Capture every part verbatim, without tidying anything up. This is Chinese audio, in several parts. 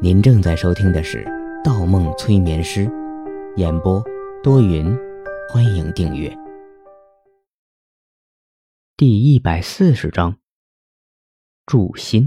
您正在收听的是《盗梦催眠师》，演播多云，欢迎订阅。第一百四十章，祝心。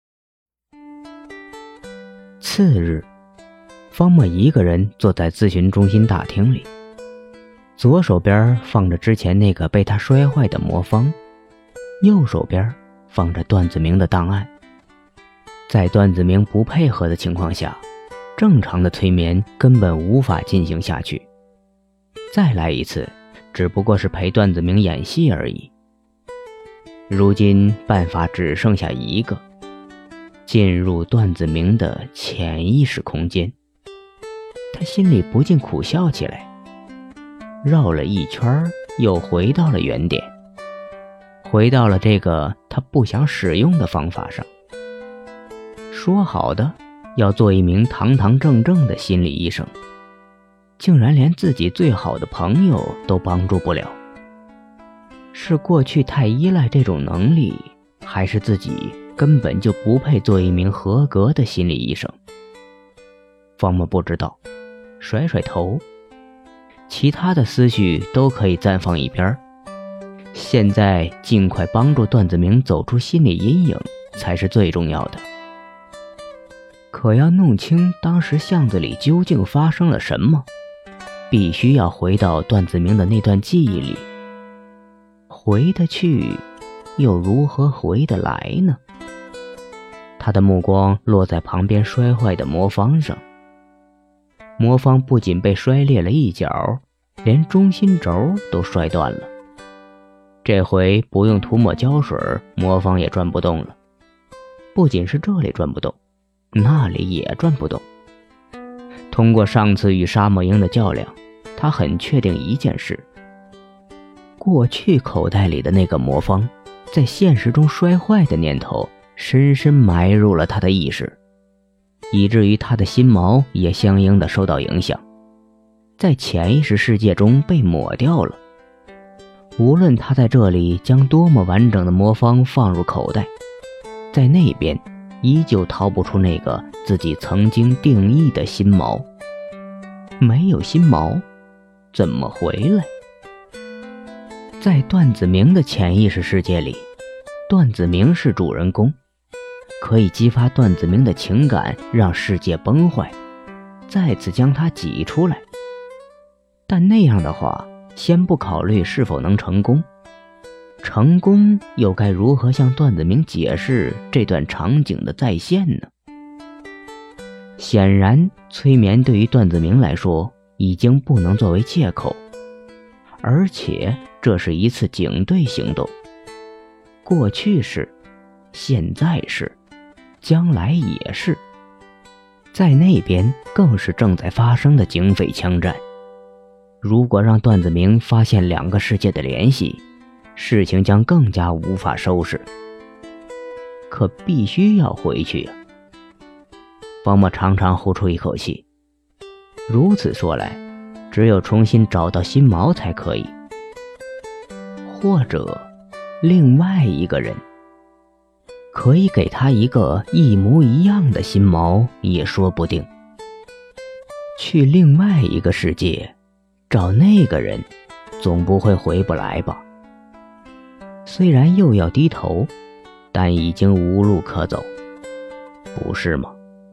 次日，方墨一个人坐在咨询中心大厅里，左手边放着之前那个被他摔坏的魔方，右手边放着段子明的档案。在段子明不配合的情况下，正常的催眠根本无法进行下去。再来一次，只不过是陪段子明演戏而已。如今办法只剩下一个，进入段子明的潜意识空间。他心里不禁苦笑起来，绕了一圈又回到了原点，回到了这个他不想使用的方法上。说好的要做一名堂堂正正的心理医生，竟然连自己最好的朋友都帮助不了。是过去太依赖这种能力，还是自己根本就不配做一名合格的心理医生？方墨不知道，甩甩头，其他的思绪都可以暂放一边，现在尽快帮助段子明走出心理阴影才是最重要的。可要弄清当时巷子里究竟发生了什么，必须要回到段子明的那段记忆里。回得去，又如何回得来呢？他的目光落在旁边摔坏的魔方上，魔方不仅被摔裂了一角，连中心轴都摔断了。这回不用涂抹胶水，魔方也转不动了。不仅是这里转不动，那里也转不动。通过上次与沙漠鹰的较量，他很确定一件事，过去口袋里的那个魔方在现实中摔坏的念头深深埋入了他的意识，以至于他的心锚也相应的受到影响，在潜意识世界中被抹掉了。无论他在这里将多么完整的魔方放入口袋，在那边依旧逃不出那个自己曾经定义的心锚。没有心锚，怎么回来？在段子明的潜意识世界里，段子明是主人公，可以激发段子明的情感，让世界崩坏，再次将它挤出来。但那样的话，先不考虑是否能成功，成功又该如何向段子明解释这段场景的再现呢？显然，催眠对于段子明来说已经不能作为借口，而且这是一次警队行动。过去是，现在是，将来也是，在那边更是正在发生的警匪枪战。如果让段子明发现两个世界的联系，事情将更加无法收拾。可必须要回去啊！方墨长长呼出一口气。如此说来，只有重新找到心锚才可以。或者，另外一个人可以给他一个一模一样的心锚也说不定。去另外一个世界找那个人，总不会回不来吧？虽然又要低头，但已经无路可走，不是吗？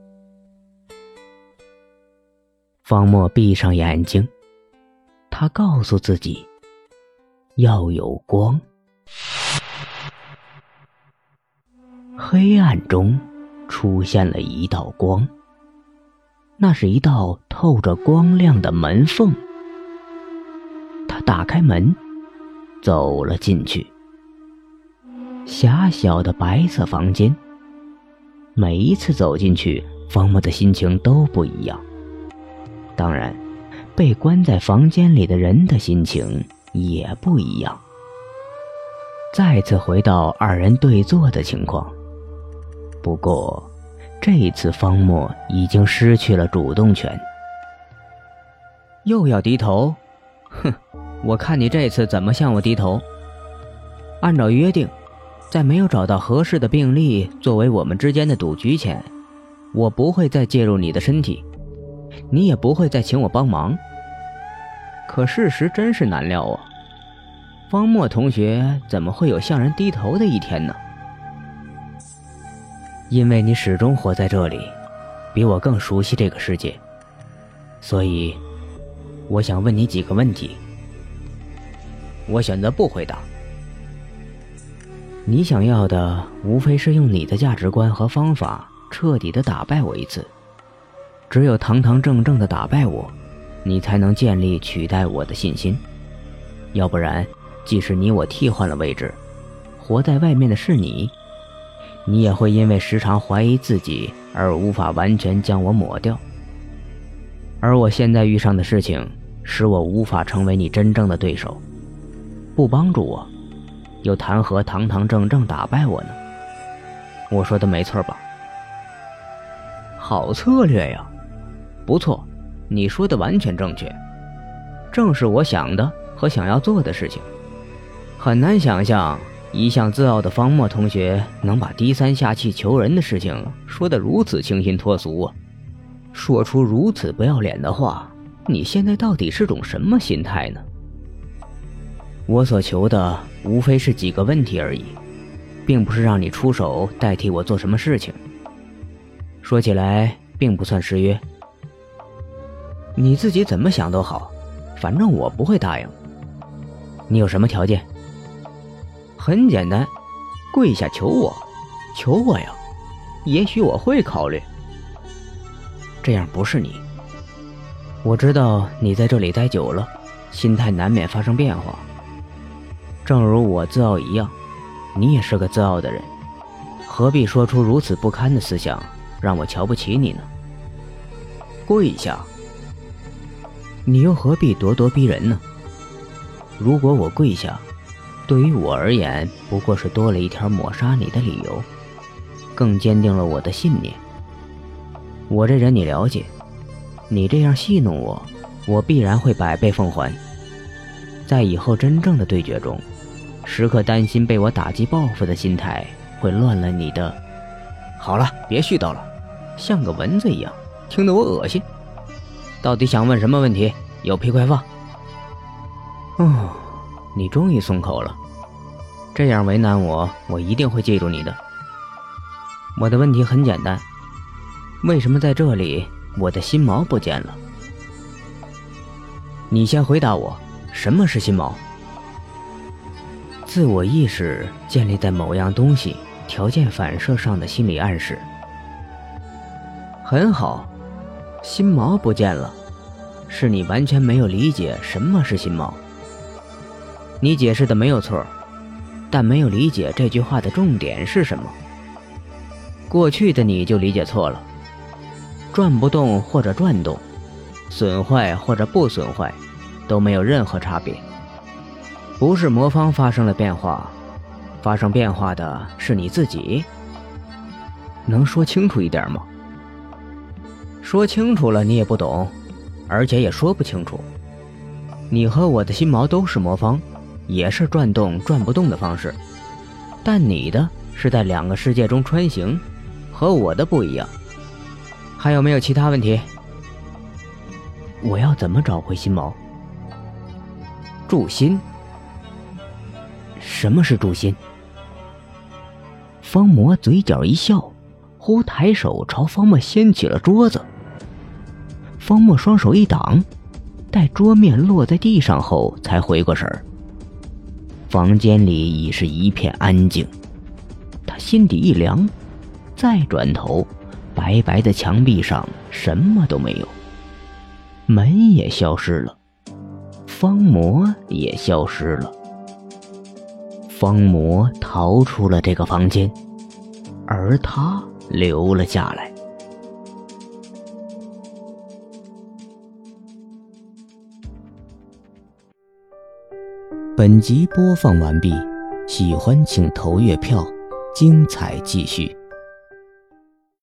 方墨闭上眼睛，他告诉自己要有光。黑暗中出现了一道光，那是一道透着光亮的门缝。他打开门，走了进去。狭小的白色房间，每一次走进去，方墨的心情都不一样。当然，被关在房间里的人的心情也不一样。再次回到二人对坐的情况，不过这次方墨已经失去了主动权。又要低头？哼，我看你这次怎么向我低头。按照约定，在没有找到合适的病例作为我们之间的赌局前， 我不会再介入你的身体，你也不会再请我帮忙。可事实真是难料啊，方墨同学怎么会有向人低头的一天呢？因为你始终活在这里，比我更熟悉这个世界，所以我想问你几个问题。我选择不回答。你想要的无非是用你的价值观和方法彻底的打败我一次，只有堂堂正正的打败我，你才能建立取代我的信心。要不然，即使你我替换了位置，活在外面的是你，你也会因为时常怀疑自己而无法完全将我抹掉。而我现在遇上的事情使我无法成为你真正的对手，不帮助我，又谈何堂堂正正打败我呢？我说的没错吧？好策略呀，不错，你说的完全正确，正是我想的和想要做的事情。很难想象一向自傲的方墨同学能把低三下气求人的事情说得如此清新脱俗啊，说出如此不要脸的话，你现在到底是种什么心态呢？我所求的无非是几个问题而已，并不是让你出手代替我做什么事情。说起来并不算失约，你自己怎么想都好，反正我不会答应。你有什么条件？很简单，跪下求我，求我呀，也许我会考虑。这样不是你。我知道你在这里待久了，心态难免发生变化。正如我自傲一样，你也是个自傲的人，何必说出如此不堪的思想，让我瞧不起你呢？跪下，你又何必咄咄逼人呢？如果我跪下，对于我而言不过是多了一条抹杀你的理由，更坚定了我的信念。我这人你了解，你这样戏弄我，我必然会百倍奉还。在以后真正的对决中，时刻担心被我打击报复的心态会乱了你的。好了，别絮叨了，像个蚊子一样，听得我恶心。到底想问什么问题？有屁快放。哦，你终于松口了，这样为难我，我一定会记住你的。我的问题很简单，为什么在这里我的心锚不见了？你先回答我，什么是心锚？自我意识建立在某样东西条件反射上的心理暗示。很好，心锚不见了，是你完全没有理解什么是心锚。你解释的没有错，但没有理解这句话的重点是什么。过去的你就理解错了，转不动或者转动，损坏或者不损坏，都没有任何差别。不是魔方发生了变化，发生变化的是你自己。能说清楚一点吗？说清楚了你也不懂，而且也说不清楚。你和我的心锚都是魔方，也是转动转不动的方式，但你的是在两个世界中穿行，和我的不一样。还有没有其他问题？我要怎么找回心锚？助心。什么是助心？方魔嘴角一笑，忽抬手朝方墨掀起了桌子。方墨双手一挡，待桌面落在地上后才回过神儿。房间里已是一片安静，他心底一凉，再转头，白白的墙壁上什么都没有，门也消失了，方魔也消失了。方魔逃出了这个房间，而他留了下来。本集播放完毕，喜欢请投月票，精彩继续。